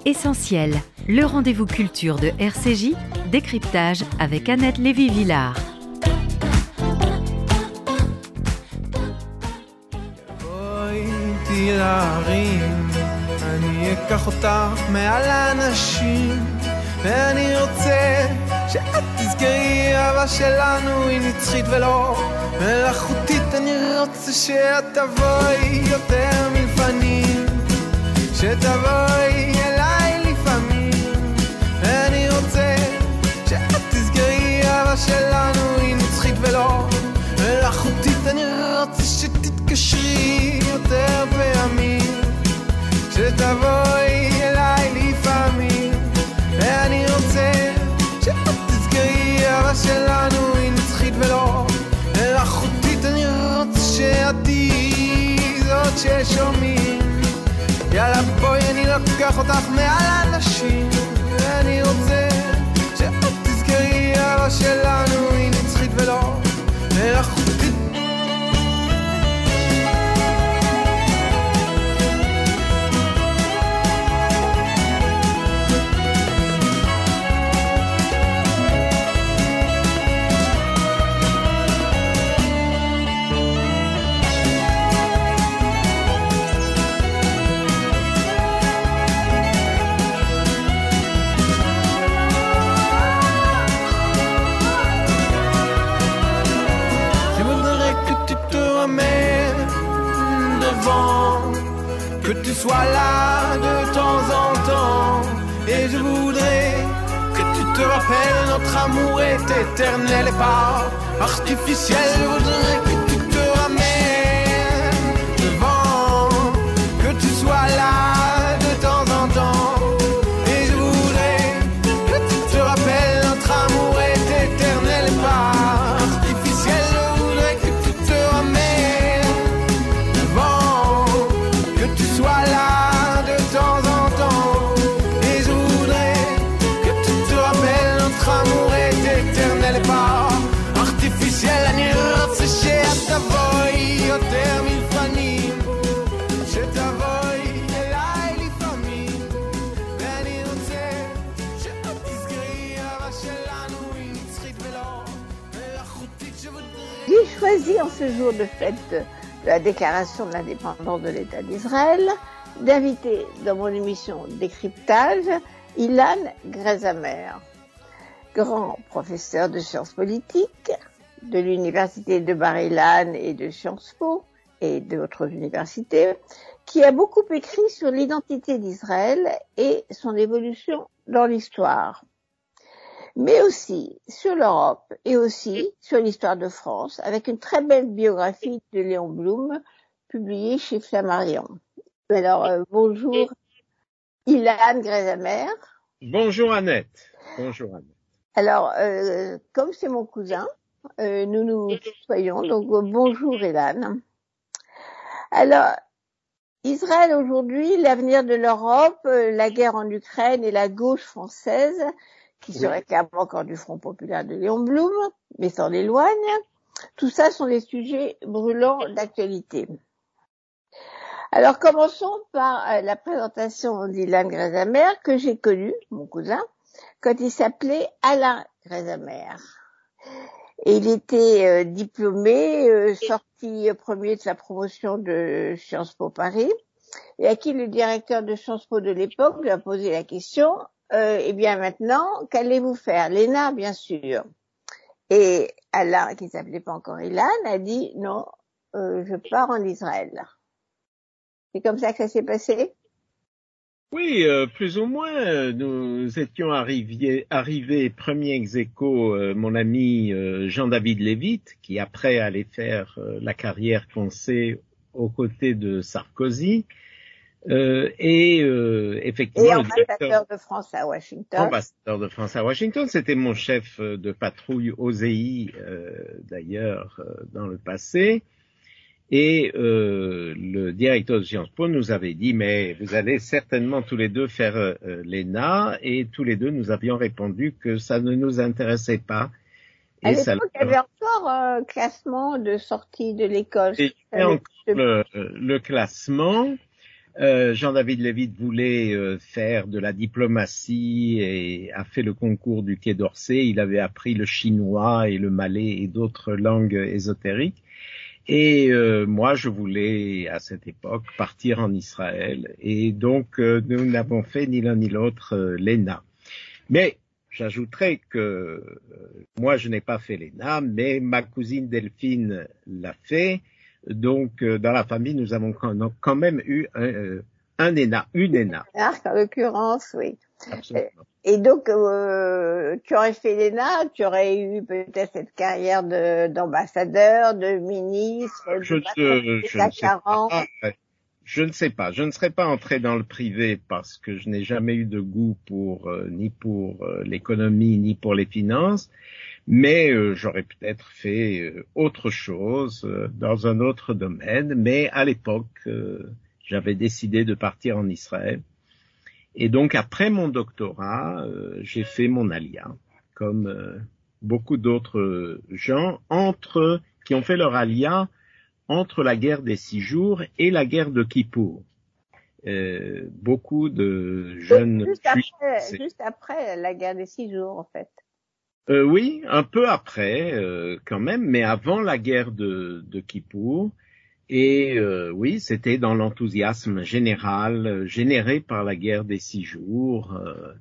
Essentiel, le rendez-vous culture de RCJ, décryptage avec Annette Lévy-Villard. בואי להרים, אני אקח אותך מעל האנשים, ואני רוצה שאת תזכרי, אהבה שלנו היא נצחית ולא מלאכותית. אני רוצה שאת תבואי יותר מלפנים, שתבואי אליי לפעמים, ואני רוצה שאת תזכרי, אהבה שלנו היא נצחית ולא מלאכותית. אני רוצה שתתקשרי יותר פעמים, שתבואי אליי לפעמים, ואני רוצה שאת תזכרי, אהבה שלנו היא נצחית ולא מלאכותית. אני רוצה שאת תהיי זאת ששומעים, יאללה בואי אני לוקח אותך מעל אנשים, ואני רוצה שאת תזכרי, אהבה שלנו היא נצחית ולא מלאכותית. Que tu sois là de temps en temps, et je voudrais que tu te rappelles, notre amour est éternel et pas artificiel. Je voudrais que tu te ramènes devant, que tu sois là de temps en temps, et je voudrais que tu te rappelles, notre amour est éternel et pas artificiel. Je voudrais que tu te ramènes devant, que tu sois là de temps en temps, et je voudrais que tu te rappelles, notre amour est éternel et pas artificiel. אני רוצה שתבואי יותר מלפנים, שתבואי אליי לפעמים, ואני רוצה שאת תזכרי, אהבה שלנו היא נצחית ולא מלאכותית. J'ai choisi en ce jour de fête de la déclaration de l'indépendance de l'État d'Israël d'inviter dans mon émission Décryptage Ilan Grazamer, grand professeur de sciences politiques de l'université de Bar-Ilan et de Sciences Po et d'autres universités, qui a beaucoup écrit sur l'identité d'Israël et son évolution dans l'histoire, mais aussi sur l'Europe et aussi sur l'histoire de France, avec une très belle biographie de Léon Blum, publiée chez Flammarion. Alors, bonjour Ilan Grazamer. Bonjour Annette. Bonjour Annette. Alors, comme c'est mon cousin, nous nous tutoyons, donc bonjour Ilan. Alors, Israël aujourd'hui, l'avenir de l'Europe, la guerre en Ukraine et la gauche française, qui se réclame encore du Front populaire de Léon Blum, mais s'en éloigne. Tout ça sont des sujets brûlants d'actualité. Alors commençons par la présentation d'Ilan Grazamer, que j'ai connu, mon cousin, quand il s'appelait Alain Grazamer. Et il était diplômé, sorti premier de sa promotion de Sciences Po Paris, et à qui le directeur de Sciences Po de l'époque lui a posé la question, eh bien maintenant, qu'allez-vous faire? L'ENA, bien sûr. Et Alain, qui s'appelait pas encore Ilan, a dit non, je pars en Israël. C'est comme ça que ça s'est passé? Oui, plus ou moins. Nous étions arrivés premier ex aequo, mon ami Jean-David Lévite, qui après allait faire la carrière qu'on sait aux côtés de Sarkozy. Effectivement, et ambassadeur de France à Washington. Ambassadeur de France à Washington, c'était mon chef de patrouille OSEI, d'ailleurs, dans le passé. Et le directeur de Sciences Po nous avait dit, mais vous allez certainement tous les deux faire l'ENA, et tous les deux nous avions répondu que ça ne nous intéressait pas. À l'époque, il y avait encore un classement de sortie de l'école. Et il y avait encore le classement. Jean-David Lévy voulait faire de la diplomatie et a fait le concours du Quai d'Orsay. Il avait appris le chinois et le malais et d'autres langues ésotériques. Et moi, je voulais, à cette époque, partir en Israël. Et donc, nous n'avons fait ni l'un ni l'autre l'ENA. Mais j'ajouterais que moi, je n'ai pas fait l'ENA, mais ma cousine Delphine l'a fait. Donc, dans la famille, nous avons quand même eu un ENA, une ENA. En l'occurrence, oui. Absolument. Et donc, tu aurais fait l'ENA, tu aurais eu peut-être cette carrière d'ambassadeur, de ministre, Je ne sais pas. Je ne serais pas entré dans le privé parce que je n'ai jamais eu de goût ni pour l'économie ni pour les finances. Mais j'aurais peut-être fait autre chose dans un autre domaine. Mais à l'époque, j'avais décidé de partir en Israël. Et donc, après mon doctorat, j'ai fait mon alia, comme beaucoup d'autres gens qui ont fait leur alia entre la guerre des 6 jours et la guerre de Kippour. Beaucoup de jeunes... Juste après la guerre des 6 jours, en fait. Oui, un peu après, quand même, mais avant la guerre de Kippour. Et oui, c'était dans l'enthousiasme général généré par la guerre des 6 jours,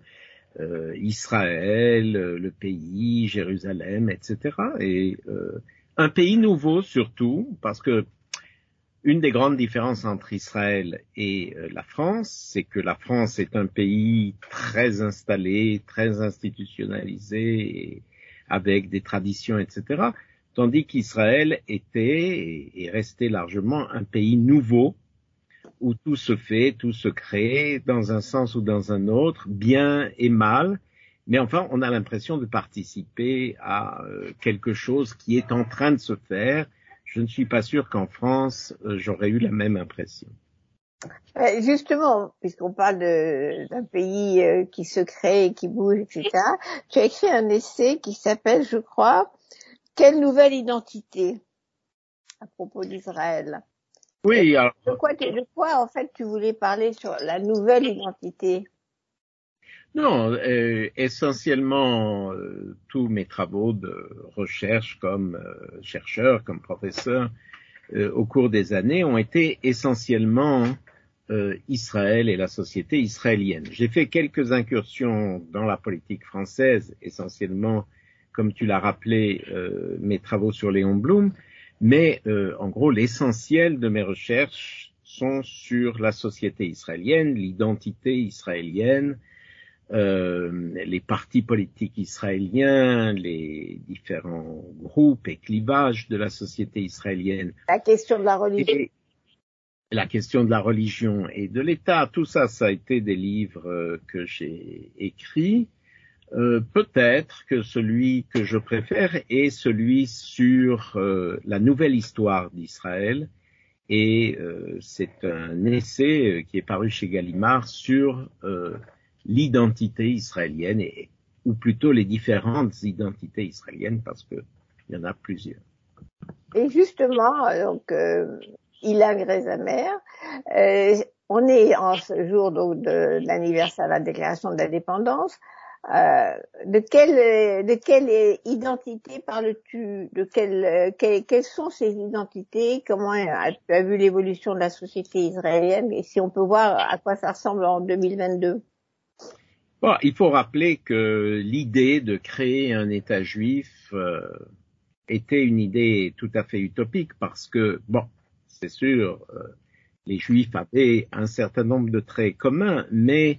Israël, le pays, Jérusalem, etc. Et un pays nouveau surtout, parce que une des grandes différences entre Israël et la France, c'est que la France est un pays très installé, très institutionnalisé, et avec des traditions, etc., tandis qu'Israël était et restait largement un pays nouveau, où tout se fait, tout se crée, dans un sens ou dans un autre, bien et mal, mais enfin, on a l'impression de participer à quelque chose qui est en train de se faire. Je ne suis pas sûr qu'en France, j'aurais eu la même impression. Justement, puisqu'on parle d'un pays qui se crée, qui bouge, etc., tu as écrit un essai qui s'appelle, je crois, « Quelle nouvelle identité ?» à propos d'Israël. Oui, alors... De quoi, en fait, tu voulais parler sur la nouvelle identité? Non, essentiellement, tous mes travaux de recherche comme chercheur, comme professeur, au cours des années, ont été essentiellement Israël et la société israélienne. J'ai fait quelques incursions dans la politique française, essentiellement, comme tu l'as rappelé, mes travaux sur Léon Blum, mais en gros, l'essentiel de mes recherches sont sur la société israélienne, l'identité israélienne, les partis politiques israéliens, les différents groupes et clivages de la société israélienne. La question de la religion. La question de la religion et de l'État, tout ça, ça a été des livres que j'ai écrits. Peut-être que celui que je préfère est celui sur la nouvelle histoire d'Israël. Et c'est un essai qui est paru chez Gallimard sur l'identité israélienne, ou plutôt les différentes identités israéliennes, parce que il y en a plusieurs. Et justement, donc Ilan Grazamer, on est en ce jour donc de l'anniversaire de la déclaration de l'indépendance. De quelle identité parles-tu? Quelles sont ces identités? Comment tu as vu l'évolution de la société israélienne? Et si on peut voir à quoi ça ressemble en 2022? Bon, il faut rappeler que l'idée de créer un État juif était une idée tout à fait utopique parce que, bon, c'est sûr, les Juifs avaient un certain nombre de traits communs, mais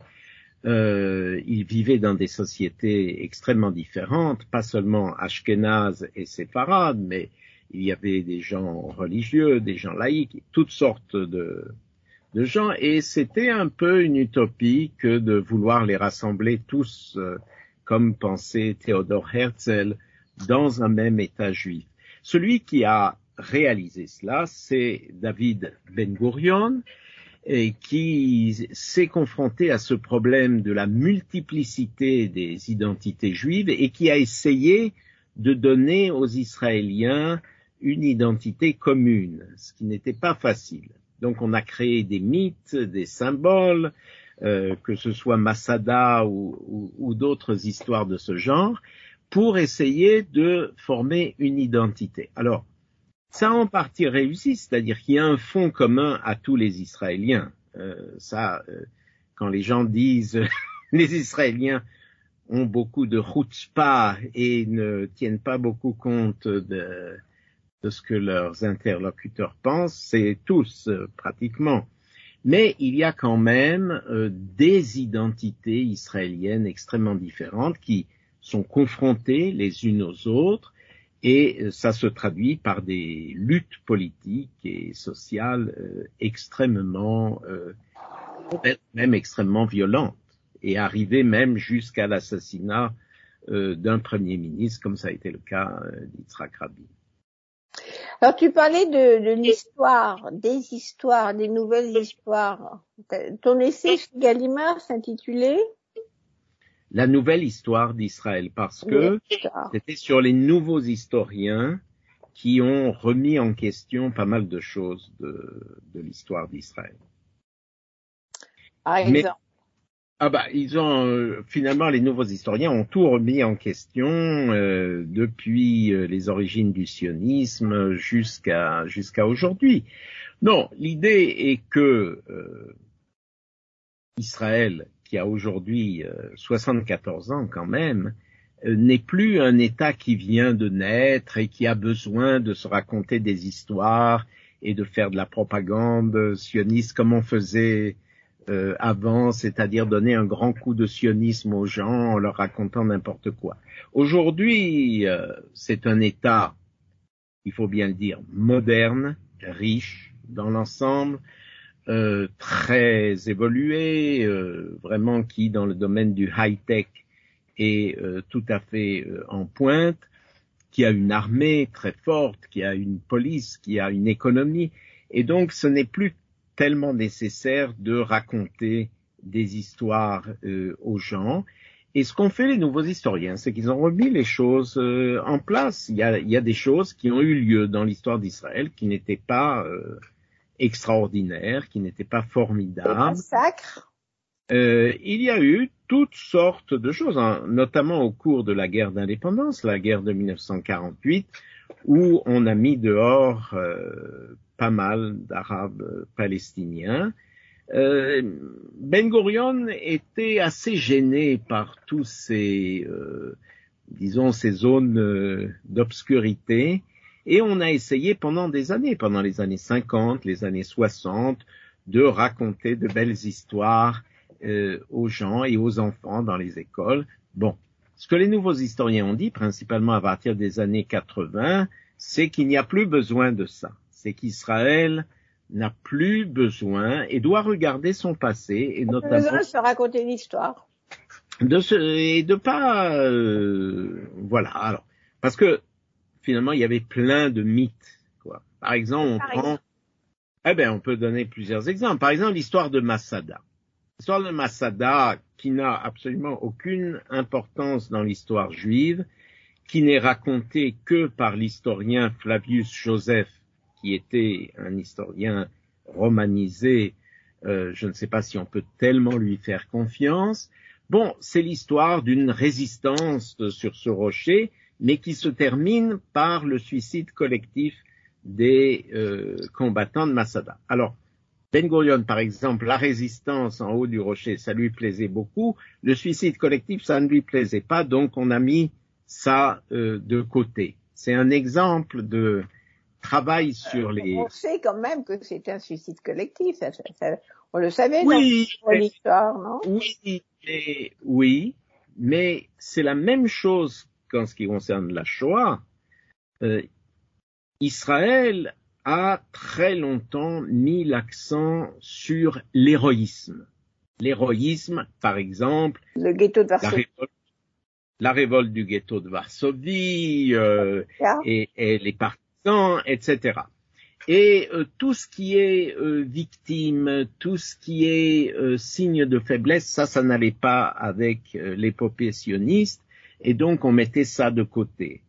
ils vivaient dans des sociétés extrêmement différentes, pas seulement ashkénazes et séfarades, mais il y avait des gens religieux, des gens laïcs, toutes sortes de gens, et c'était un peu une utopie que de vouloir les rassembler tous, comme pensait Theodor Herzl, dans un même État juif. Celui qui a réalisé cela, c'est David Ben-Gurion, et qui s'est confronté à ce problème de la multiplicité des identités juives et qui a essayé de donner aux Israéliens une identité commune, ce qui n'était pas facile. donc on a créé des mythes, des symboles, que ce soit Masada ou d'autres histoires de ce genre, pour essayer de former une identité. Alors, ça a en partie réussi, c'est-à-dire qu'il y a un fond commun à tous les Israéliens. Quand les gens disent les Israéliens ont beaucoup de chutzpah et ne tiennent pas beaucoup compte de ce que leurs interlocuteurs pensent, c'est tous pratiquement. Mais il y a quand même des identités israéliennes extrêmement différentes qui sont confrontées les unes aux autres, et ça se traduit par des luttes politiques et sociales extrêmement violentes, et arriver même jusqu'à l'assassinat d'un premier ministre, comme ça a été le cas d'Yitzhak Rabin. Alors, tu parlais de l'histoire, des nouvelles histoires. Ton essai chez Gallimard s'intitulait La nouvelle histoire d'Israël, parce que c'était sur les nouveaux historiens qui ont remis en question pas mal de choses de l'histoire d'Israël. Par exemple. Finalement, les nouveaux historiens ont tout remis en question depuis les origines du sionisme jusqu'à aujourd'hui. Non, l'idée est que Israël, qui a aujourd'hui 74 ans quand même, n'est plus un État qui vient de naître et qui a besoin de se raconter des histoires et de faire de la propagande sioniste comme on faisait avant, c'est-à-dire donner un grand coup de sionisme aux gens en leur racontant n'importe quoi. Aujourd'hui, c'est un État, il faut bien le dire, moderne, riche dans l'ensemble, très évolué, vraiment qui, dans le domaine du high-tech, est tout à fait en pointe, qui a une armée très forte, qui a une police, qui a une économie, et donc ce n'est plus tellement nécessaire de raconter des histoires aux gens. Et ce qu'ont fait les nouveaux historiens, c'est qu'ils ont remis les choses en place. Il y a des choses qui ont eu lieu dans l'histoire d'Israël qui n'étaient pas extraordinaires, qui n'étaient pas formidables. Des massacres. Il y a eu toutes sortes de choses, notamment au cours de la guerre d'indépendance, la guerre de 1948, où on a mis dehors pas mal d'Arabes palestiniens. Ben Gurion était assez gêné par tous ces zones d'obscurité, et on a essayé pendant les années 50, les années 60, de raconter de belles histoires aux gens et aux enfants dans les écoles. Bon, ce que les nouveaux historiens ont dit, principalement à partir des années 80, c'est qu'il n'y a plus besoin de ça. C'est qu'Israël n'a plus besoin et doit regarder son passé, et notamment besoin de se raconter l'histoire. Voilà. Alors, parce que finalement, il y avait plein de mythes, quoi. Par exemple, on peut donner plusieurs exemples. Par exemple, l'histoire de Masada. L'histoire de Masada, qui n'a absolument aucune importance dans l'histoire juive, qui n'est racontée que par l'historien Flavius Joseph, qui était un historien romanisé, je ne sais pas si on peut tellement lui faire confiance. Bon, c'est l'histoire d'une résistance sur ce rocher, mais qui se termine par le suicide collectif des combattants de Masada. Alors, Ben Gurion, par exemple, la résistance en haut du rocher, ça lui plaisait beaucoup. Le suicide collectif, ça ne lui plaisait pas, donc on a mis ça de côté. C'est un exemple de travail sur les... On sait quand même que c'était un suicide collectif. On le savait dans l'histoire, non? Oui, mais c'est la même chose qu'en ce qui concerne la Shoah. Israël a très longtemps mis l'accent sur l'héroïsme. L'héroïsme, par exemple, le ghetto de Varsovie. La révolte du ghetto de Varsovie et les partisans, etc. Et tout ce qui est victime, tout ce qui est signe de faiblesse, ça n'allait pas avec l'épopée sioniste, et donc on mettait ça de côté.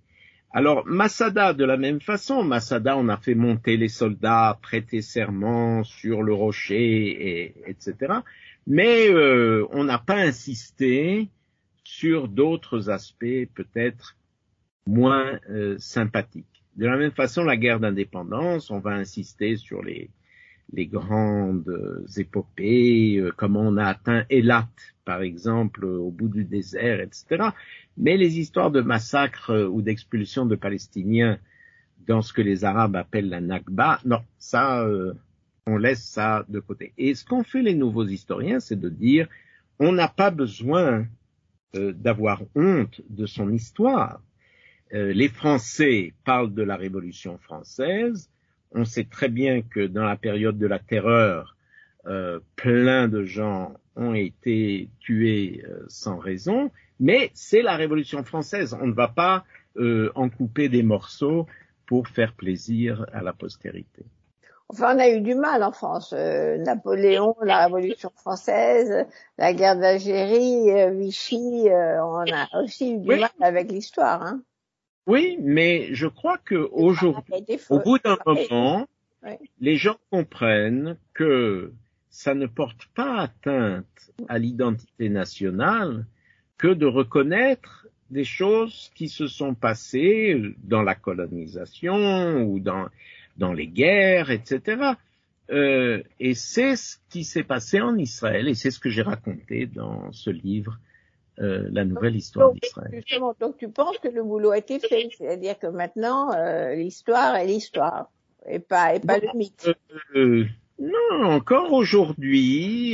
Alors, Masada, de la même façon, Masada, on a fait monter les soldats, prêter serment sur le rocher, etc. Mais on n'a pas insisté sur d'autres aspects peut-être moins sympathiques. De la même façon, la guerre d'indépendance, on va insister sur les grandes épopées, comment on a atteint Eilat, par exemple, au bout du désert, etc. Mais les histoires de massacres ou d'expulsion de Palestiniens dans ce que les Arabes appellent la Nakba, non, ça, on laisse ça de côté. Et ce qu'ont fait les nouveaux historiens, c'est de dire, on n'a pas besoin d'avoir honte de son histoire. Les Français parlent de la Révolution française. On sait très bien que dans la période de la terreur, plein de gens ont été tués sans raison, mais c'est la Révolution française. On ne va pas en couper des morceaux pour faire plaisir à la postérité. Enfin, on a eu du mal en France. Napoléon, la Révolution française, la guerre d'Algérie, Vichy, on a aussi eu du mal avec l'histoire, hein. Oui, mais je crois que aujourd'hui, au bout d'un moment, les gens comprennent que ça ne porte pas atteinte à l'identité nationale que de reconnaître des choses qui se sont passées dans la colonisation ou dans les guerres, etc. Et c'est ce qui s'est passé en Israël, et c'est ce que j'ai raconté dans ce livre, La nouvelle histoire d'Israël. Justement, donc tu penses que le boulot a été fait, c'est-à-dire que maintenant l'histoire est l'histoire et pas le mythe. Non, encore aujourd'hui,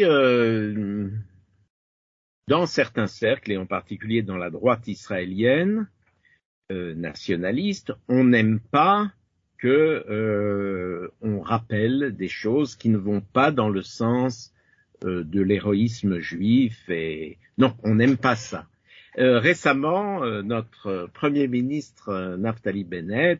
dans certains cercles, et en particulier dans la droite israélienne nationaliste, on n'aime pas que on rappelle des choses qui ne vont pas dans le sens de l'héroïsme juif, et non, on n'aime pas ça. Récemment, notre Premier ministre Naftali Bennett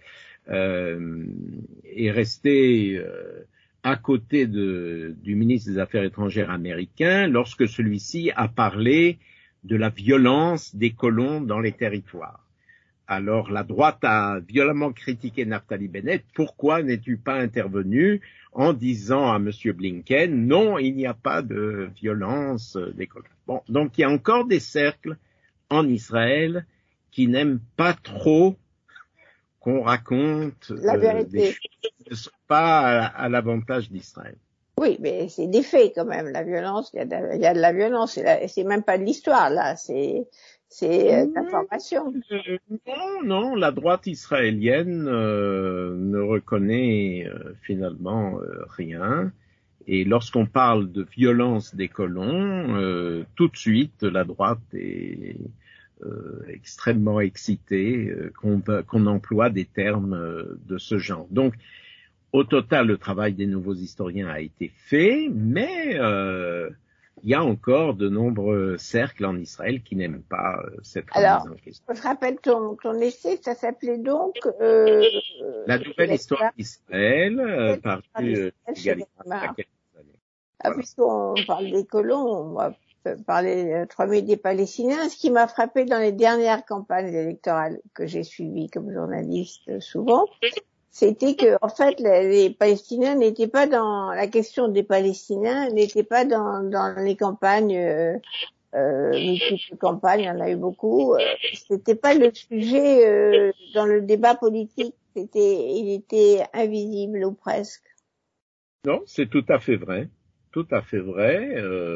est resté à côté du ministre des Affaires étrangères américain lorsque celui-ci a parlé de la violence des colons dans les territoires. Alors la droite a violemment critiqué Naftali Bennett. Pourquoi n'es-tu pas intervenu en disant à M. Blinken, non, il n'y a pas de violence des colons. Bon, donc il y a encore des cercles en Israël qui n'aiment pas trop qu'on raconte des choses qui ne sont pas à l'avantage d'Israël. Oui, mais c'est des faits quand même, la violence, il y a de la violence, et c'est même pas de l'histoire là, c'est d'information. Non, la droite israélienne ne reconnaît finalement rien. Et lorsqu'on parle de violence des colons, tout de suite la droite est extrêmement excitée qu'on emploie des termes de ce genre. Donc, au total, le travail des nouveaux historiens a été fait, mais il y a encore de nombreux cercles en Israël qui n'aiment pas cette remise en question. Je rappelle ton essai, ça s'appelait donc La nouvelle histoire d'Israël, paru également il y a quelques années. Voilà. Puisqu'on parle des colons, on va parler des Palestiniens. Ce qui m'a frappé dans les dernières campagnes électorales que j'ai suivies comme journaliste souvent, c'était que, en fait, les Palestiniens n'étaient pas dans la question des Palestiniens, n'étaient pas dans les campagnes, multiples campagnes, il y en a eu beaucoup. C'était pas le sujet dans le débat politique. Il était invisible ou presque. Non, c'est tout à fait vrai. Tout à fait vrai.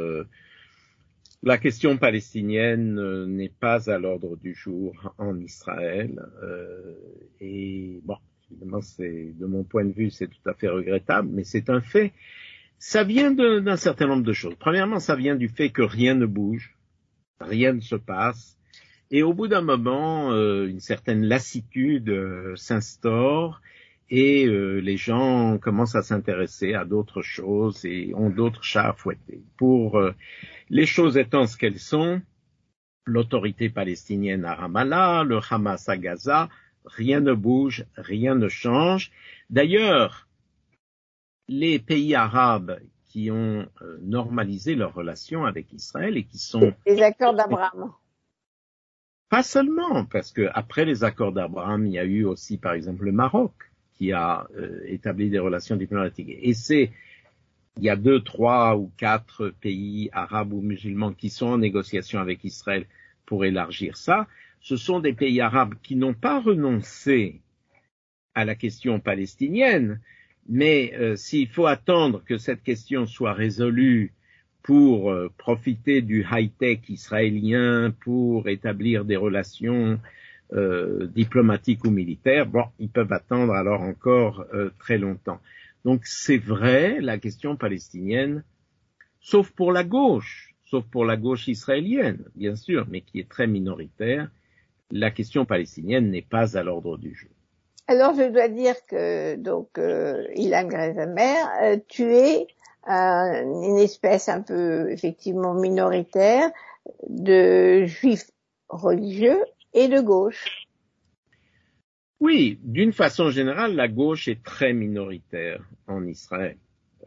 La question palestinienne n'est pas à l'ordre du jour en Israël. Et bon. Évidemment, de mon point de vue, c'est tout à fait regrettable, mais c'est un fait. Ça vient d'un certain nombre de choses. Premièrement, ça vient du fait que rien ne bouge, rien ne se passe, et au bout d'un moment, une certaine lassitude s'instaure, et les gens commencent à s'intéresser à d'autres choses et ont d'autres chats à fouetter. Pour les choses étant ce qu'elles sont, l'autorité palestinienne à Ramallah, le Hamas à Gaza, rien ne bouge, rien ne change. D'ailleurs, les pays arabes qui ont normalisé leurs relations avec Israël et qui sont... Les accords d'Abraham. pas seulement, parce que après les accords d'Abraham, il y a eu aussi, par exemple, le Maroc qui a établi des relations diplomatiques. Et il y a 2, 3 ou 4 pays arabes ou musulmans qui sont en négociation avec Israël pour élargir ça. Ce sont des pays arabes qui n'ont pas renoncé à la question palestinienne, mais s'il faut attendre que cette question soit résolue pour profiter du high-tech israélien, pour établir des relations diplomatiques ou militaires, bon, ils peuvent attendre alors encore très longtemps. Donc c'est vrai, la question palestinienne, sauf pour la gauche israélienne, bien sûr, mais qui est très minoritaire, la question palestinienne n'est pas à l'ordre du jour. Alors je dois dire que donc Ilan Grazamer, tu es une espèce un peu effectivement minoritaire de juifs religieux et de gauche. Oui, d'une façon générale, la gauche est très minoritaire en Israël.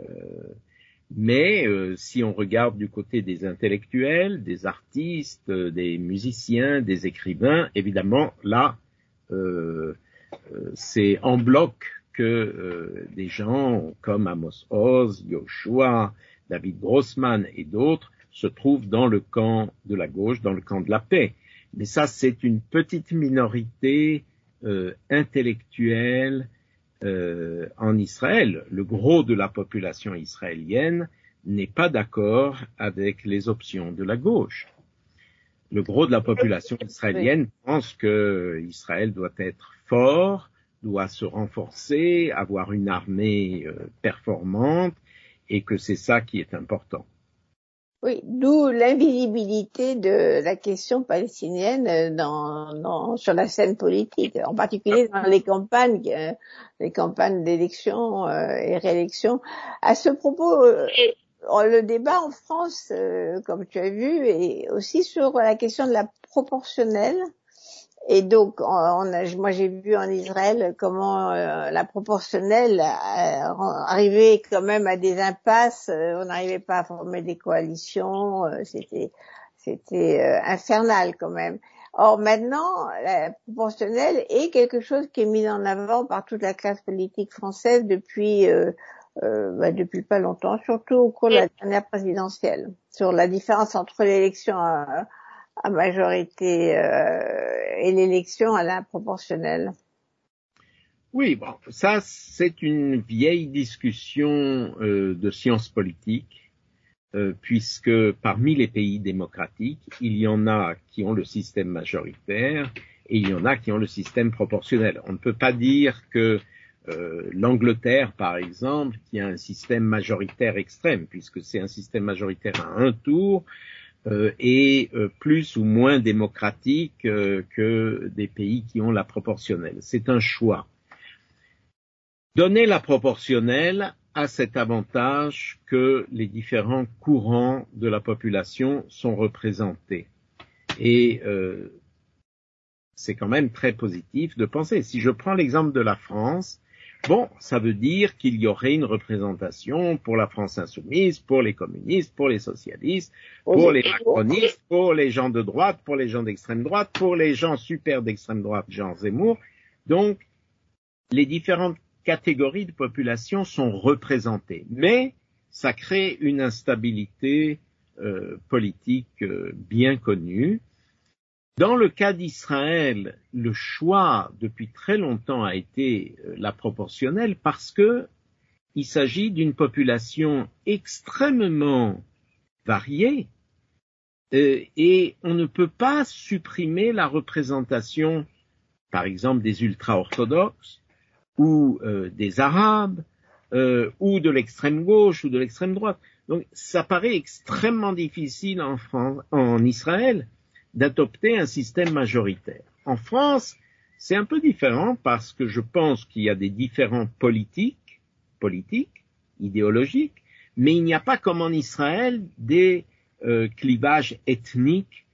Mais si on regarde du côté des intellectuels, des artistes, des musiciens, des écrivains, évidemment, là, c'est en bloc que des gens comme Amos Oz, Yoshua, David Grossman et d'autres se trouvent dans le camp de la gauche, dans le camp de la paix. Mais ça, c'est une petite minorité intellectuelle en Israël. Le gros de la population israélienne n'est pas d'accord avec les options de la gauche. Le gros de la population israélienne pense que Israël doit être fort, doit se renforcer, avoir une armée performante, et que c'est ça qui est important. Oui, d'où l'invisibilité de la question palestinienne sur la scène politique, en particulier dans les campagnes d'élection et réélection. À ce propos, le débat en France, comme tu as vu, est aussi sur la question de la proportionnelle. Et donc, moi j'ai vu en Israël comment la proportionnelle arrivait quand même à des impasses. On n'arrivait pas à former des coalitions. C'était infernal quand même. Or maintenant, la proportionnelle est quelque chose qui est mis en avant par toute la classe politique française depuis pas longtemps, surtout au cours de la dernière présidentielle, sur la différence entre l'élection à majorité et l'élection à la proportionnelle. Oui, bon, ça c'est une vieille discussion de sciences politiques, puisque parmi les pays démocratiques, il y en a qui ont le système majoritaire et il y en a qui ont le système proportionnel. On ne peut pas dire que l'Angleterre, par exemple, qui a un système majoritaire extrême, puisque c'est un système majoritaire à un tour, est plus ou moins démocratique que des pays qui ont la proportionnelle. C'est un choix. Donner la proportionnelle a cet avantage que les différents courants de la population sont représentés. Et c'est quand même très positif de penser. Si je prends l'exemple de la France, bon, ça veut dire qu'il y aurait une représentation pour la France insoumise, pour les communistes, pour les socialistes, pour les macronistes, pour les gens de droite, pour les gens d'extrême droite, pour les gens super d'extrême droite, genre Zemmour. Donc, les différentes catégories de population sont représentées. Mais ça crée une instabilité politique bien connue. Dans le cas d'Israël, le choix depuis très longtemps a été la proportionnelle parce que il s'agit d'une population extrêmement variée et on ne peut pas supprimer la représentation, par exemple, des ultra-orthodoxes ou des Arabes ou de l'extrême gauche ou de l'extrême droite. Donc ça paraît extrêmement difficile en Israël d'adopter un système majoritaire. En France, c'est un peu différent parce que je pense qu'il y a des différents politiques, idéologiques, mais il n'y a pas comme en Israël des clivages ethniques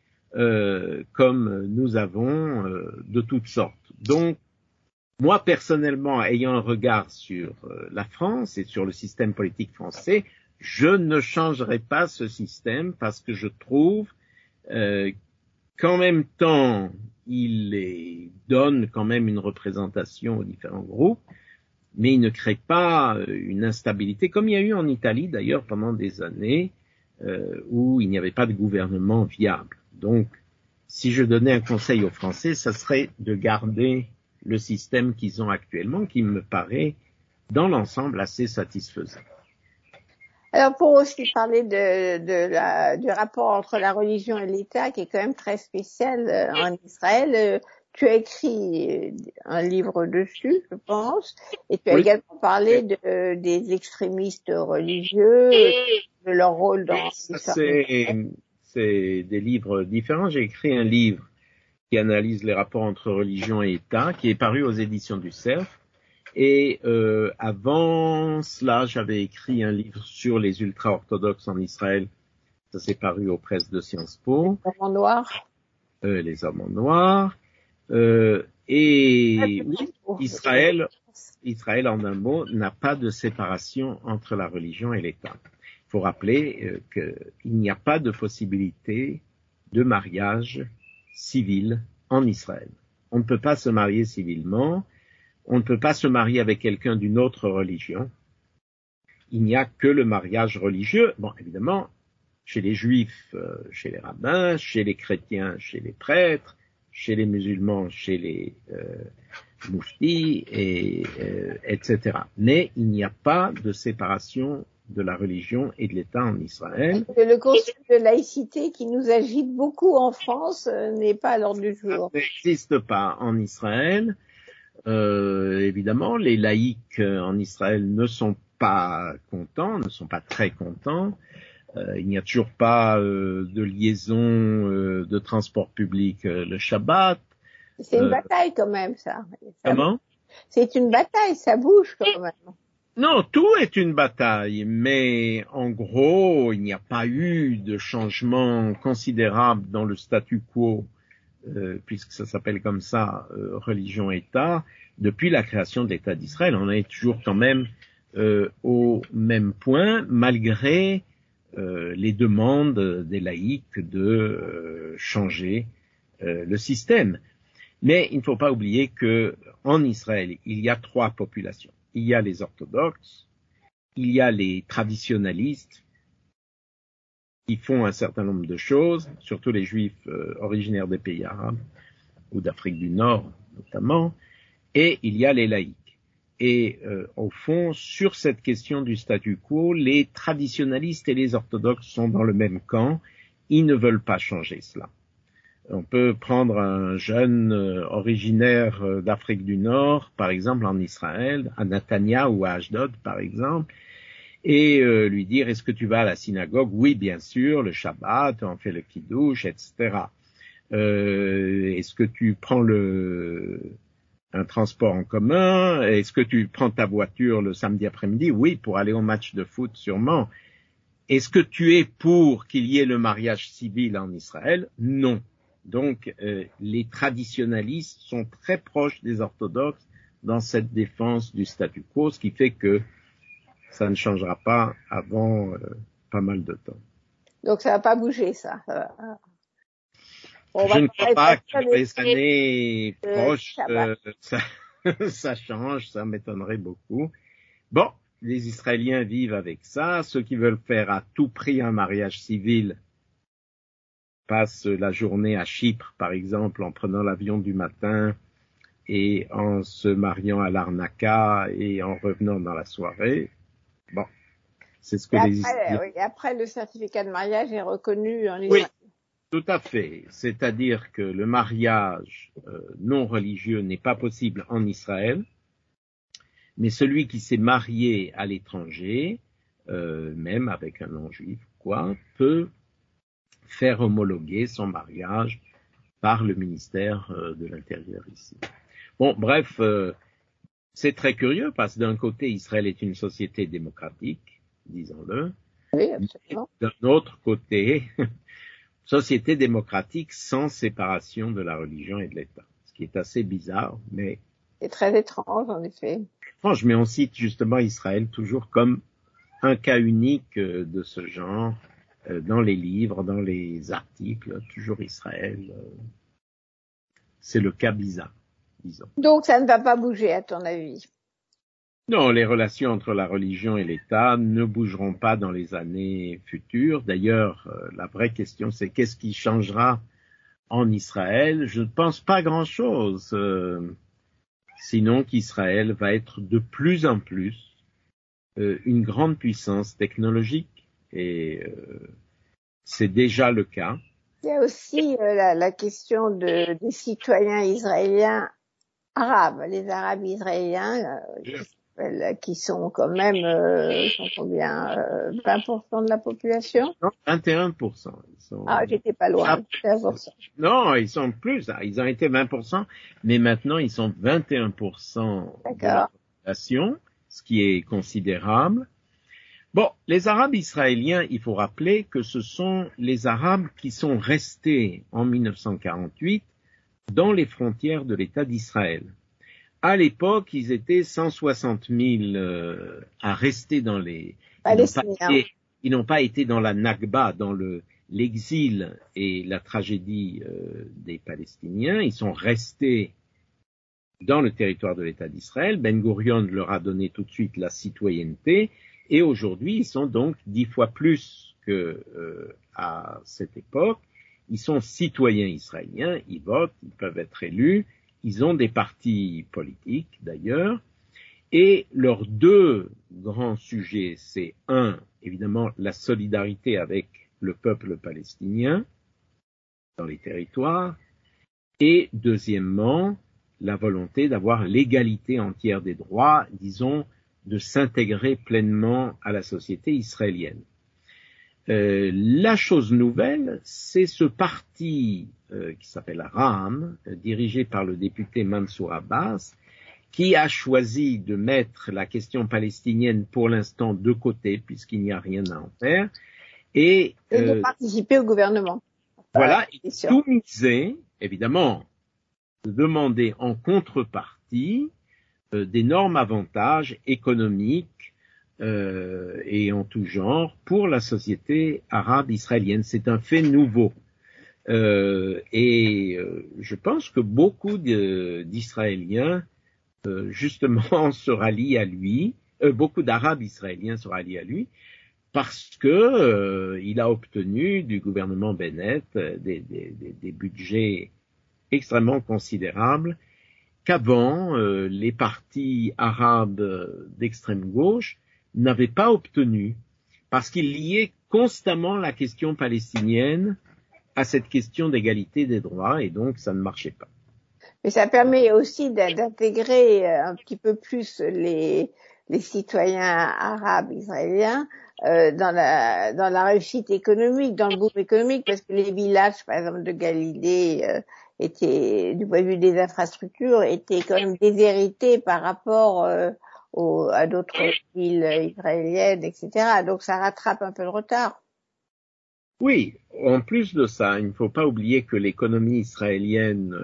comme nous avons de toutes sortes. Donc, moi personnellement, ayant un regard sur la France et sur le système politique français, je ne changerai pas ce système parce que je trouve qu'en même temps, il les donne quand même une représentation aux différents groupes, mais il ne crée pas une instabilité, comme il y a eu en Italie d'ailleurs pendant des années, où il n'y avait pas de gouvernement viable. Donc, si je donnais un conseil aux Français, ça serait de garder le système qu'ils ont actuellement, qui me paraît, dans l'ensemble, assez satisfaisant. Alors, pour aussi parler du rapport entre la religion et l'État, qui est quand même très spécial en Israël, tu as écrit un livre dessus, je pense, et tu as également parlé des extrémistes religieux, de leur rôle dans l'histoire. C'est des livres différents. J'ai écrit un livre qui analyse les rapports entre religion et État, qui est paru aux éditions du Cerf. Et avant cela, j'avais écrit un livre sur les ultra-orthodoxes en Israël. Ça s'est paru aux presses de Sciences Po. Les hommes en noir. Les hommes en noir. Et Israël, en un mot, n'a pas de séparation entre la religion et l'État. Il faut rappeler qu'il n'y a pas de possibilité de mariage civil en Israël. On ne peut pas se marier civilement. On ne peut pas se marier avec quelqu'un d'une autre religion. Il n'y a que le mariage religieux. Bon, évidemment, chez les juifs, chez les rabbins, chez les chrétiens, chez les prêtres, chez les musulmans, chez les mouftis, etc. Mais il n'y a pas de séparation de la religion et de l'État en Israël. Le concept de laïcité qui nous agite beaucoup en France n'est pas à l'ordre du jour. Ça n'existe pas en Israël. Évidemment, les laïcs en Israël ne sont pas contents, ne sont pas très contents. Il n'y a toujours pas de liaison de transport public le Shabbat. C'est une bataille quand même, ça. Comment ? C'est une bataille, ça bouge quand même. Non, tout est une bataille, mais en gros, il n'y a pas eu de changement considérable dans le statu quo, puisque ça s'appelle comme ça, religion-État, depuis la création de l'État d'Israël. On est toujours quand même au même point, malgré les demandes des laïcs de changer le système. Mais il ne faut pas oublier que en Israël, il y a trois populations. Il y a les orthodoxes, il y a les traditionalistes qui font un certain nombre de choses, surtout les juifs originaires des pays arabes ou d'Afrique du Nord notamment, et il y a les laïcs. Et au fond, sur cette question du statu quo, les traditionalistes et les orthodoxes sont dans le même camp, ils ne veulent pas changer cela. On peut prendre un jeune originaire d'Afrique du Nord, par exemple en Israël, à Netanya ou à Ashdod, par exemple, et lui dire, est-ce que tu vas à la synagogue? Oui, bien sûr, le Shabbat, on fait le Kiddush, etc. Est-ce que tu prends un transport en commun? Est-ce que tu prends ta voiture le samedi après-midi? Oui, pour aller au match de foot, sûrement. Est-ce que tu es pour qu'il y ait le mariage civil en Israël? Non. Donc, les traditionalistes sont très proches des orthodoxes dans cette défense du statu quo, ce qui fait que ça ne changera pas avant pas mal de temps. Donc, ça va pas bouger, ça. Je ne crois pas que dans les années proches, ça change, ça m'étonnerait beaucoup. Bon, les Israéliens vivent avec ça. Ceux qui veulent faire à tout prix un mariage civil passent la journée à Chypre, par exemple, en prenant l'avion du matin et en se mariant à Larnaca et en revenant dans la soirée. Bon, c'est ce que les Israéliens... Oui, après, le certificat de mariage est reconnu en Israël. Oui, tout à fait. C'est-à-dire que le mariage non religieux n'est pas possible en Israël, mais celui qui s'est marié à l'étranger, même avec un non-juif, peut faire homologuer son mariage par le ministère de l'Intérieur ici. Bon, bref, c'est très curieux parce que d'un côté, Israël est une société démocratique, disons-le. Oui, absolument. D'un autre côté, société démocratique sans séparation de la religion et de l'État. Ce qui est assez bizarre, mais... C'est très étrange, en effet. Étrange, mais on cite justement Israël toujours comme un cas unique de ce genre dans les livres, dans les articles, toujours Israël. C'est le cas bizarre, disons. Donc ça ne va pas bouger à ton avis? Non, les relations entre la religion et l'État ne bougeront pas dans les années futures. D'ailleurs, la vraie question, c'est qu'est-ce qui changera en Israël? Je ne pense pas grand-chose, sinon qu'Israël va être de plus en plus une grande puissance technologique, et c'est déjà le cas. Il y a aussi la question des citoyens israéliens arabes, les Arabes israéliens qui sont quand même sont combien 20% de la population? Non, 21%. J'étais pas loin. 21%. Non, ils sont plus. Ils ont été 20%, mais maintenant ils sont 21% de la population, ce qui est considérable. Bon, les Arabes israéliens, il faut rappeler que ce sont les Arabes qui sont restés en 1948 dans les frontières de l'État d'Israël. À l'époque, ils étaient 160 000 à rester dans les... Ils n'ont pas été dans la Nakba, dans l'exil et la tragédie des Palestiniens. Ils sont restés dans le territoire de l'État d'Israël. Ben Gurion leur a donné tout de suite la citoyenneté. Et aujourd'hui, ils sont donc 10 fois plus à cette époque. Ils sont citoyens israéliens, ils votent, ils peuvent être élus, ils ont des partis politiques d'ailleurs. Et leurs deux grands sujets, c'est évidemment, la solidarité avec le peuple palestinien dans les territoires, et deuxièmement, la volonté d'avoir l'égalité entière des droits, disons, de s'intégrer pleinement à la société israélienne. La chose nouvelle, c'est ce parti qui s'appelle Ra'am, dirigé par le député Mansour Abbas, qui a choisi de mettre la question palestinienne pour l'instant de côté, puisqu'il n'y a rien à en faire, et de participer au gouvernement. Voilà, et tout miser, évidemment, de demander en contrepartie d'énormes avantages économiques et en tout genre pour la société arabe israélienne. C'est un fait nouveau. Je pense que beaucoup d'Israéliens, justement, se rallient à lui, beaucoup d'Arabes israéliens se rallient à lui, parce que il a obtenu du gouvernement Bennett des budgets extrêmement considérables qu'avant, les partis arabes d'extrême gauche n'avaient pas obtenu, parce qu'il liait constamment la question palestinienne à cette question d'égalité des droits, et donc ça ne marchait pas. Mais ça permet aussi d'intégrer un petit peu plus les citoyens arabes israéliens dans la réussite économique, dans le boom économique, parce que les villages, par exemple, de Galilée étaient, du point de vue des infrastructures, étaient quand même déshérités par rapport à d'autres villes israéliennes, etc. Donc ça rattrape un peu le retard. Oui, en plus de ça, il ne faut pas oublier que l'économie israélienne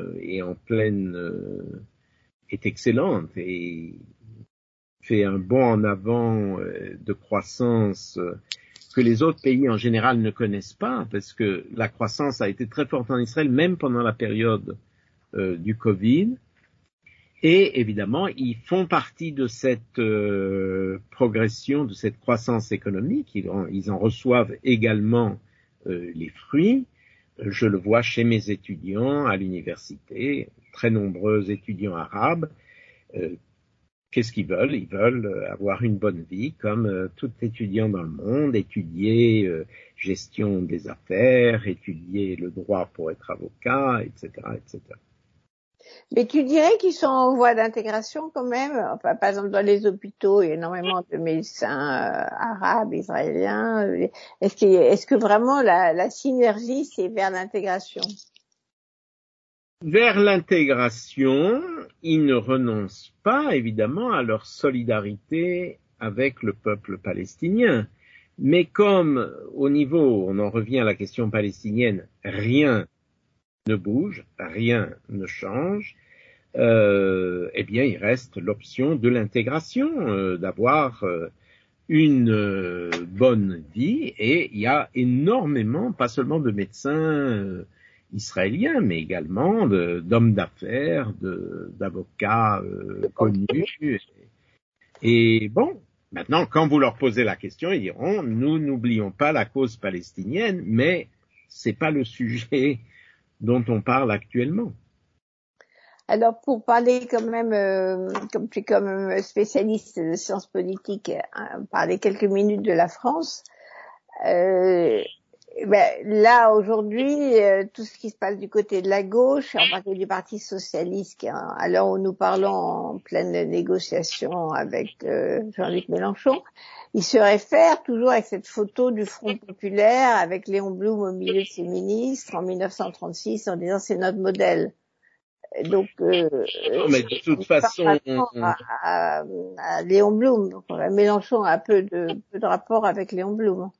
est excellente et fait un bond en avant de croissance que les autres pays en général ne connaissent pas, parce que la croissance a été très forte en Israël, même pendant la période du Covid. Et évidemment, ils font partie de cette progression, de cette croissance économique. Ils en reçoivent également les fruits. Je le vois chez mes étudiants à l'université, très nombreux étudiants arabes. Qu'est-ce qu'ils veulent? Ils veulent avoir une bonne vie, comme tout étudiant dans le monde, étudier gestion des affaires, étudier le droit pour être avocat, etc., etc. Mais tu dirais qu'ils sont en voie d'intégration quand même. Enfin, par exemple, dans les hôpitaux, il y a énormément de médecins arabes, israéliens. Est-ce que vraiment la synergie, c'est vers l'intégration? Vers l'intégration, ils ne renoncent pas, évidemment, à leur solidarité avec le peuple palestinien. Mais comme, au niveau, on en revient à la question palestinienne, rien ne bouge, rien ne change, eh bien, il reste l'option de l'intégration, d'avoir une bonne vie, et il y a énormément, pas seulement de médecins israéliens, mais également d'hommes d'affaires, d'avocats connus. Et bon, maintenant, quand vous leur posez la question, ils diront, nous n'oublions pas la cause palestinienne, mais c'est pas le sujet dont on parle actuellement. Alors, pour parler quand même, comme tu es comme spécialiste de sciences politiques, parler quelques minutes de la France, là, aujourd'hui, tout ce qui se passe du côté de la gauche, en particulier du Parti socialiste, qui est à l'heure où nous parlons en pleine négociation avec Jean-Luc Mélenchon, il se réfère toujours avec cette photo du Front populaire avec Léon Blum au milieu de ses ministres en 1936 en disant c'est notre modèle. Donc, mais de toute façon, à Léon Blum. Donc, Mélenchon a peu de rapport avec Léon Blum.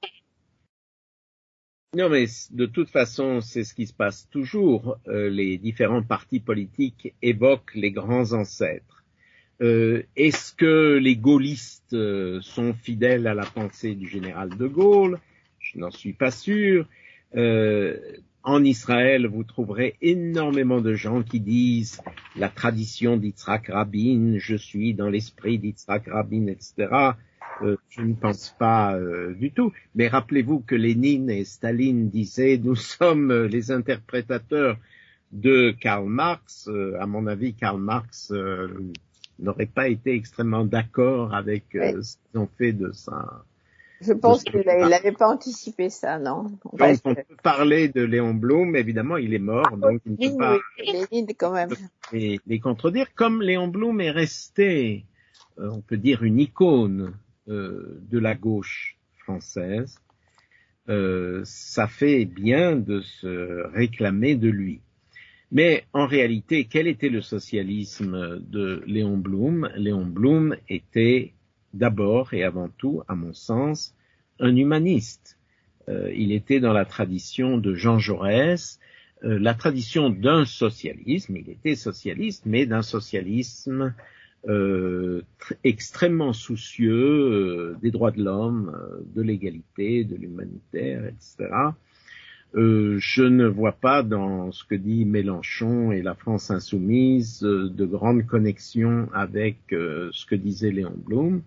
Non, mais de toute façon, c'est ce qui se passe toujours. Les différents partis politiques évoquent les grands ancêtres. Est-ce que les gaullistes sont fidèles à la pensée du général de Gaulle? Je n'en suis pas sûr. En Israël, vous trouverez énormément de gens qui disent la tradition d'Yitzhak Rabin, je suis dans l'esprit d'Yitzhak Rabin, etc. Je ne pense pas du tout. Mais rappelez-vous que Lénine et Staline disaient nous sommes les interprétateurs de Karl Marx. À mon avis, Karl Marx n'aurait pas été extrêmement d'accord avec ce qu'ils ont fait de ça. Je pense qu'il n'avait pas anticipé ça, non. On peut parler de Léon Blum, évidemment, il est mort, donc il ne peut pas quand même. Les contredire. Comme Léon Blum est resté, on peut dire, une icône de la gauche française, ça fait bien de se réclamer de lui. Mais en réalité, quel était le socialisme de Léon Blum? Léon Blum était d'abord et avant tout, à mon sens, un humaniste. Il était dans la tradition de Jean Jaurès, la tradition d'un socialisme, il était socialiste, mais d'un socialisme extrêmement soucieux des droits de l'homme, de l'égalité, de l'humanitaire, etc. Je ne vois pas dans ce que dit Mélenchon et la France insoumise de grandes connexions avec ce que disait Léon Blum.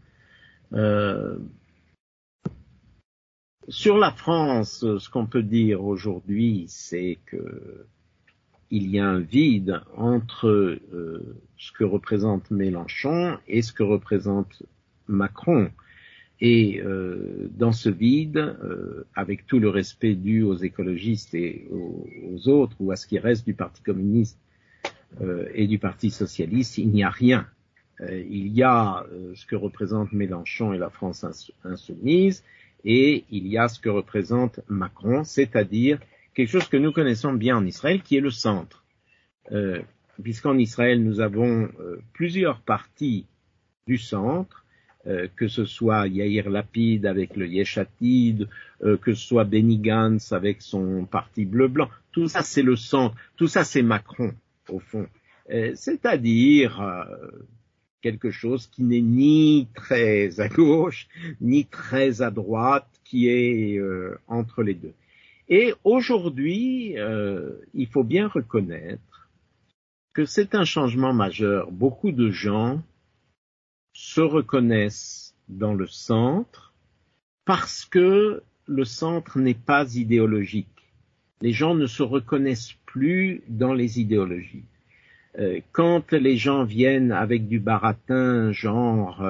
Sur la France, ce qu'on peut dire aujourd'hui, c'est que il y a un vide entre ce que représente Mélenchon et ce que représente Macron. Et dans ce vide, avec tout le respect dû aux écologistes et aux autres, ou à ce qui reste du Parti communiste et du Parti socialiste, il n'y a rien. Il y a ce que représente Mélenchon et la France insoumise, et il y a ce que représente Macron, c'est-à-dire quelque chose que nous connaissons bien en Israël, qui est le centre. Puisqu'en Israël, nous avons plusieurs partis du centre, que ce soit Yair Lapid avec le Yesh Atid, que ce soit Benny Gantz avec son parti bleu-blanc, tout ça c'est le centre, tout ça c'est Macron, au fond. C'est-à-dire quelque chose qui n'est ni très à gauche, ni très à droite, qui est entre les deux. Et aujourd'hui, il faut bien reconnaître que c'est un changement majeur. Beaucoup de gens se reconnaissent dans le centre parce que le centre n'est pas idéologique. Les gens ne se reconnaissent plus dans les idéologies. Quand les gens viennent avec du baratin, genre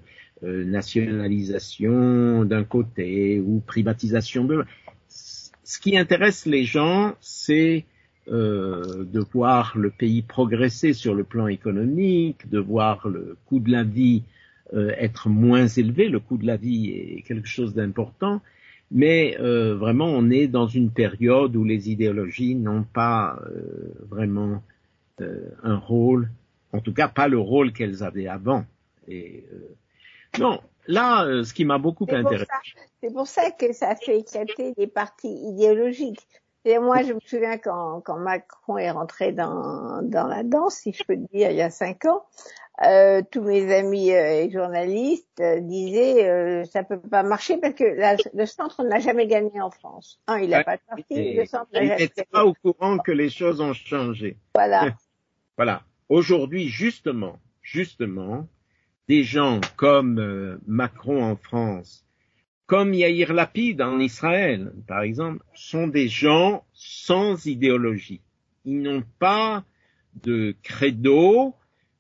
nationalisation d'un côté ou privatisation de l'autre, ce qui intéresse les gens, c'est de voir le pays progresser sur le plan économique, de voir le coût de la vie être moins élevé. Le coût de la vie est quelque chose d'important, mais vraiment on est dans une période où les idéologies n'ont pas vraiment un rôle, en tout cas pas le rôle qu'elles avaient avant. Et non, là, ce qui m'a beaucoup intéressé. C'est pour ça que ça fait éclater les partis idéologiques. Et moi, je me souviens quand Macron est rentré dans la danse, si je peux le dire, il y a 5 ans, tous mes amis journalistes disaient ça peut pas marcher parce que le centre n'a jamais gagné en France. Il n'a pas de parti, le centre n'a jamais gagné. Il n'est pas au courant que les choses ont changé. Voilà. Voilà. Aujourd'hui, justement, des gens comme Macron en France, comme Yair Lapid en Israël, par exemple, sont des gens sans idéologie. Ils n'ont pas de credo.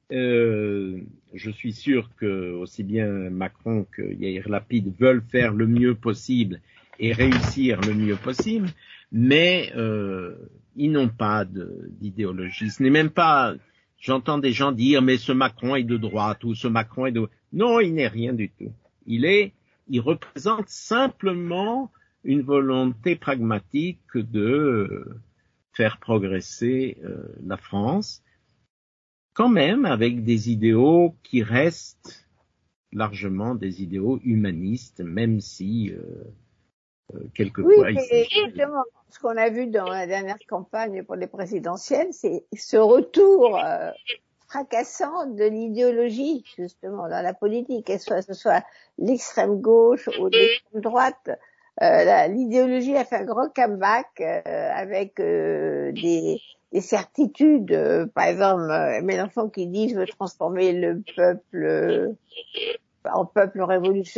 Je suis sûr que aussi bien Macron que Yair Lapid veulent faire le mieux possible et réussir le mieux possible, mais ils n'ont pas d'idéologie. Ce n'est même pas, j'entends des gens dire, mais ce Macron est de droite ou ce Macron est de... Non, il n'est rien du tout. Il représente simplement une volonté pragmatique de faire progresser la France, quand même avec des idéaux qui restent largement des idéaux humanistes, même si quelquefois... Oui, mais justement, ce qu'on a vu dans la dernière campagne pour les présidentielles, c'est ce retour fracassant de l'idéologie, justement, dans la politique, que ce soit l'extrême gauche ou l'extrême droite. L'idéologie a fait un gros comeback avec des certitudes. Par exemple, Mélenchon qui dit « je veux transformer le peuple en peuple révolutionnaire »,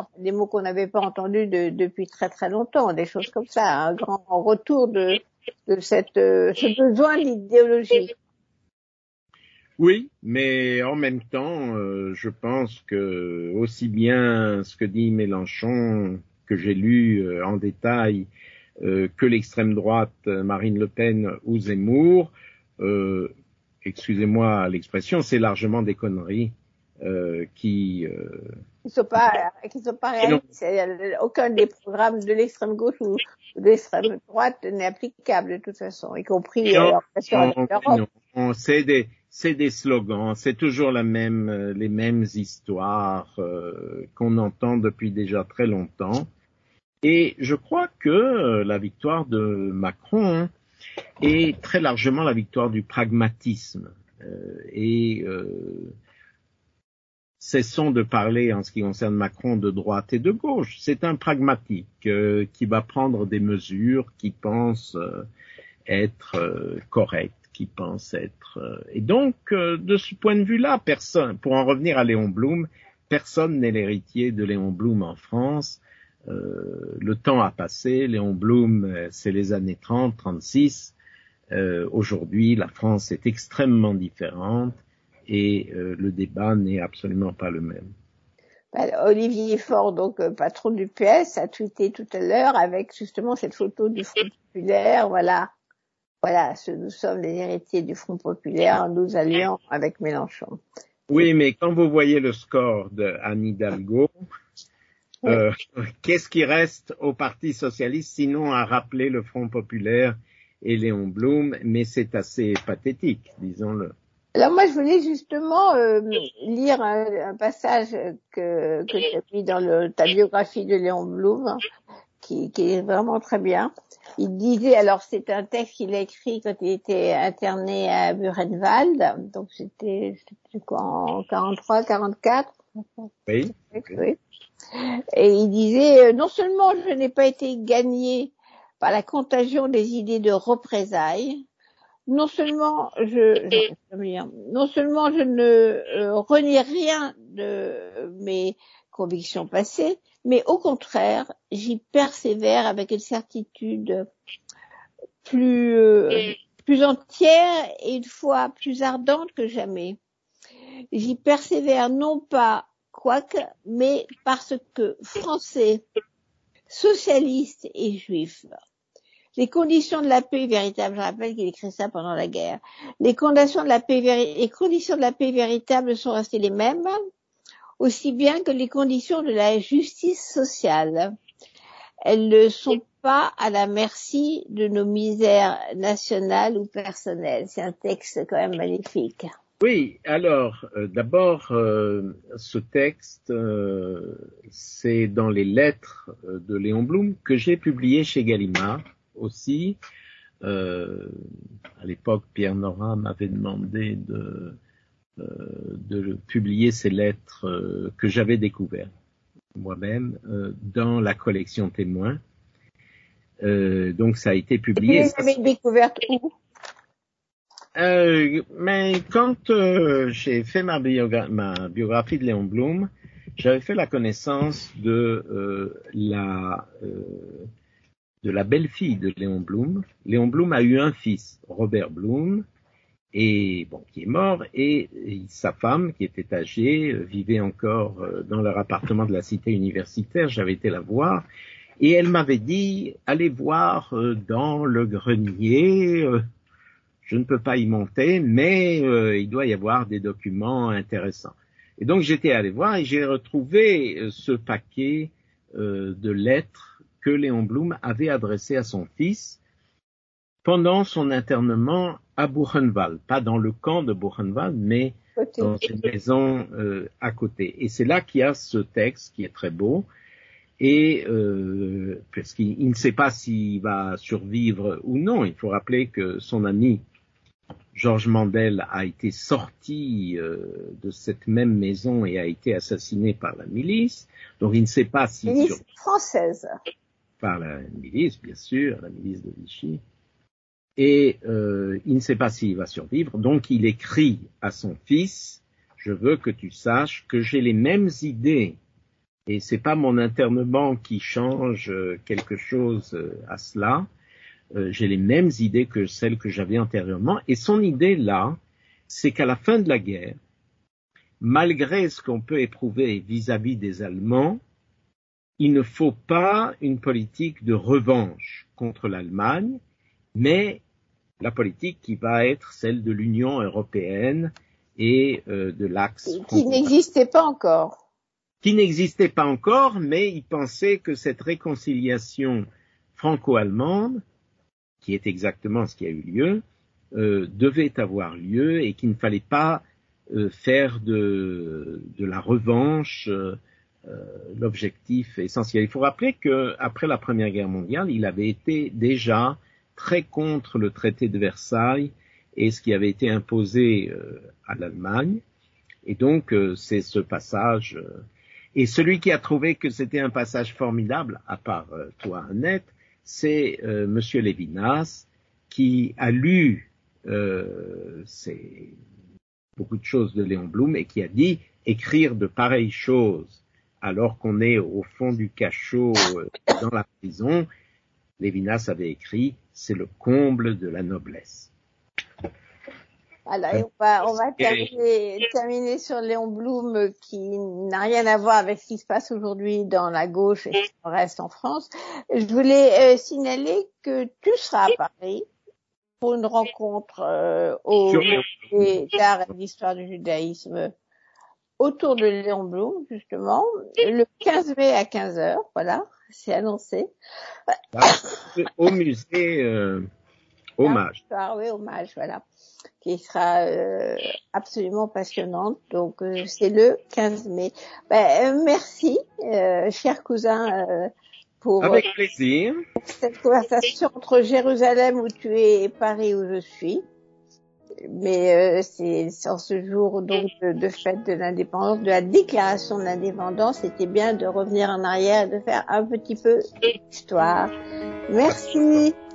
des mots qu'on n'avait pas entendus depuis très très longtemps, des choses comme ça, un grand retour de ce besoin d'idéologie. Oui, mais en même temps, je pense que aussi bien ce que dit Mélenchon, que j'ai lu en détail, que l'extrême droite, Marine Le Pen ou Zemmour, excusez-moi l'expression, c'est largement des conneries qui sont pas réalistes. Aucun des programmes de l'extrême gauche ou de l'extrême droite n'est applicable de toute façon, y compris l'Europe. C'est des slogans, c'est toujours les mêmes histoires qu'on entend depuis déjà très longtemps. Et je crois que la victoire de Macron est très largement la victoire du pragmatisme. Cessons de parler, en ce qui concerne Macron, de droite et de gauche. C'est un pragmatique qui va prendre des mesures qui pense être correctes, qui pense être... Et donc, de ce point de vue-là, personne, pour en revenir à Léon Blum, personne n'est l'héritier de Léon Blum en France. Le temps a passé, Léon Blum, c'est les années 30, 36. Aujourd'hui, la France est extrêmement différente et le débat n'est absolument pas le même. Olivier Faure, donc patron du PS, a tweeté tout à l'heure avec justement cette photo du Front populaire. Voilà, nous sommes les héritiers du Front populaire, nous allions avec Mélenchon. Oui, mais quand vous voyez le score de Anne Hidalgo, qu'est-ce qui reste au Parti socialiste sinon à rappeler le Front populaire et Léon Blum, mais c'est assez pathétique, disons-le. Alors moi, je voulais justement lire un passage que tu as mis dans ta biographie de Léon Blum, qui est vraiment très bien. Il disait, alors c'est un texte qu'il a écrit quand il était interné à Buchenwald, donc c'était quoi, en 43, 44? Oui. Et il disait, non seulement je n'ai pas été gagné par la contagion des idées de représailles, non seulement je ne renie rien de mes convictions passées, mais au contraire, j'y persévère avec une certitude plus entière et une foi plus ardente que jamais. J'y persévère non pas quoique, mais parce que Français, socialistes et Juifs, les conditions de la paix véritable, je rappelle qu'il écrit ça pendant la guerre, les conditions de la paix véritable sont restées les mêmes, aussi bien que les conditions de la justice sociale. Elles ne sont pas à la merci de nos misères nationales ou personnelles. C'est un texte quand même magnifique. Oui, alors, d'abord, ce texte, c'est dans les lettres de Léon Blum que j'ai publié chez Gallimard aussi. À l'époque, Pierre Nora m'avait demandé de publier ces lettres que j'avais découvertes moi-même dans la collection Témoins. Donc ça a été publié. Vous les avez découvertes où? Mais quand j'ai fait ma biographie de Léon Blum, j'avais fait la connaissance de la belle-fille de Léon Blum. Léon Blum a eu un fils, Robert Blum, et bon, qui est mort, et sa femme, qui était âgée, vivait encore dans leur appartement de la cité universitaire. J'avais été la voir, et elle m'avait dit, allez voir dans le grenier, je ne peux pas y monter, mais il doit y avoir des documents intéressants. Et donc j'étais allé voir et j'ai retrouvé ce paquet de lettres que Léon Blum avait adressé à son fils pendant son internement à Buchenwald, pas dans le camp de Buchenwald, mais dans une maison à côté. Et c'est là qu'il y a ce texte qui est très beau, et parce qu'il ne sait pas s'il va survivre ou non. Il faut rappeler que son ami Georges Mandel a été sorti de cette même maison et a été assassiné par la milice. Donc il ne sait pas si... Milice française. Par la milice, bien sûr, la milice de Vichy. Et il ne sait pas s'il va survivre. Donc il écrit à son fils, je veux que tu saches que j'ai les mêmes idées. Et c'est pas mon internement qui change quelque chose à cela. J'ai les mêmes idées que celles que j'avais antérieurement. Et son idée là, c'est qu'à la fin de la guerre, malgré ce qu'on peut éprouver vis-à-vis des Allemands, il ne faut pas une politique de revanche contre l'Allemagne, mais la politique qui va être celle de l'Union européenne et de l'axe qui n'existait pas encore. Qui n'existait pas encore, mais il pensait que cette réconciliation franco-allemande, qui est exactement ce qui a eu lieu, devait avoir lieu et qu'il ne fallait pas faire de la revanche l'objectif essentiel. Il faut rappeler qu'après la Première Guerre mondiale, il avait été déjà très contre le traité de Versailles et ce qui avait été imposé à l'Allemagne. Et donc, c'est ce passage. Et celui qui a trouvé que c'était un passage formidable, à part toi, Annette, c'est Monsieur Lévinas, qui a lu beaucoup de choses de Léon Blum et qui a dit écrire de pareilles choses alors qu'on est au fond du cachot dans la prison. Lévinas avait écrit c'est le comble de la noblesse. Voilà, et on va terminer sur Léon Blum qui n'a rien à voir avec ce qui se passe aujourd'hui dans la gauche et ce qui reste en France. Je voulais signaler que tu seras à Paris pour une rencontre au Musée d'art et d'histoire du judaïsme autour de Léon Blum, justement, le 15 mai à 15h, voilà, c'est annoncé. Au musée Hommage. Oui, Hommage, voilà, qui sera absolument passionnante. Donc, c'est le 15 mai. Merci, cher cousin, pour avec plaisir. Cette conversation entre Jérusalem où tu es et Paris où je suis. Mais c'est en ce jour donc de fête de l'indépendance, de la déclaration de l'indépendance, c'était bien de revenir en arrière et de faire un petit peu d'histoire. Merci.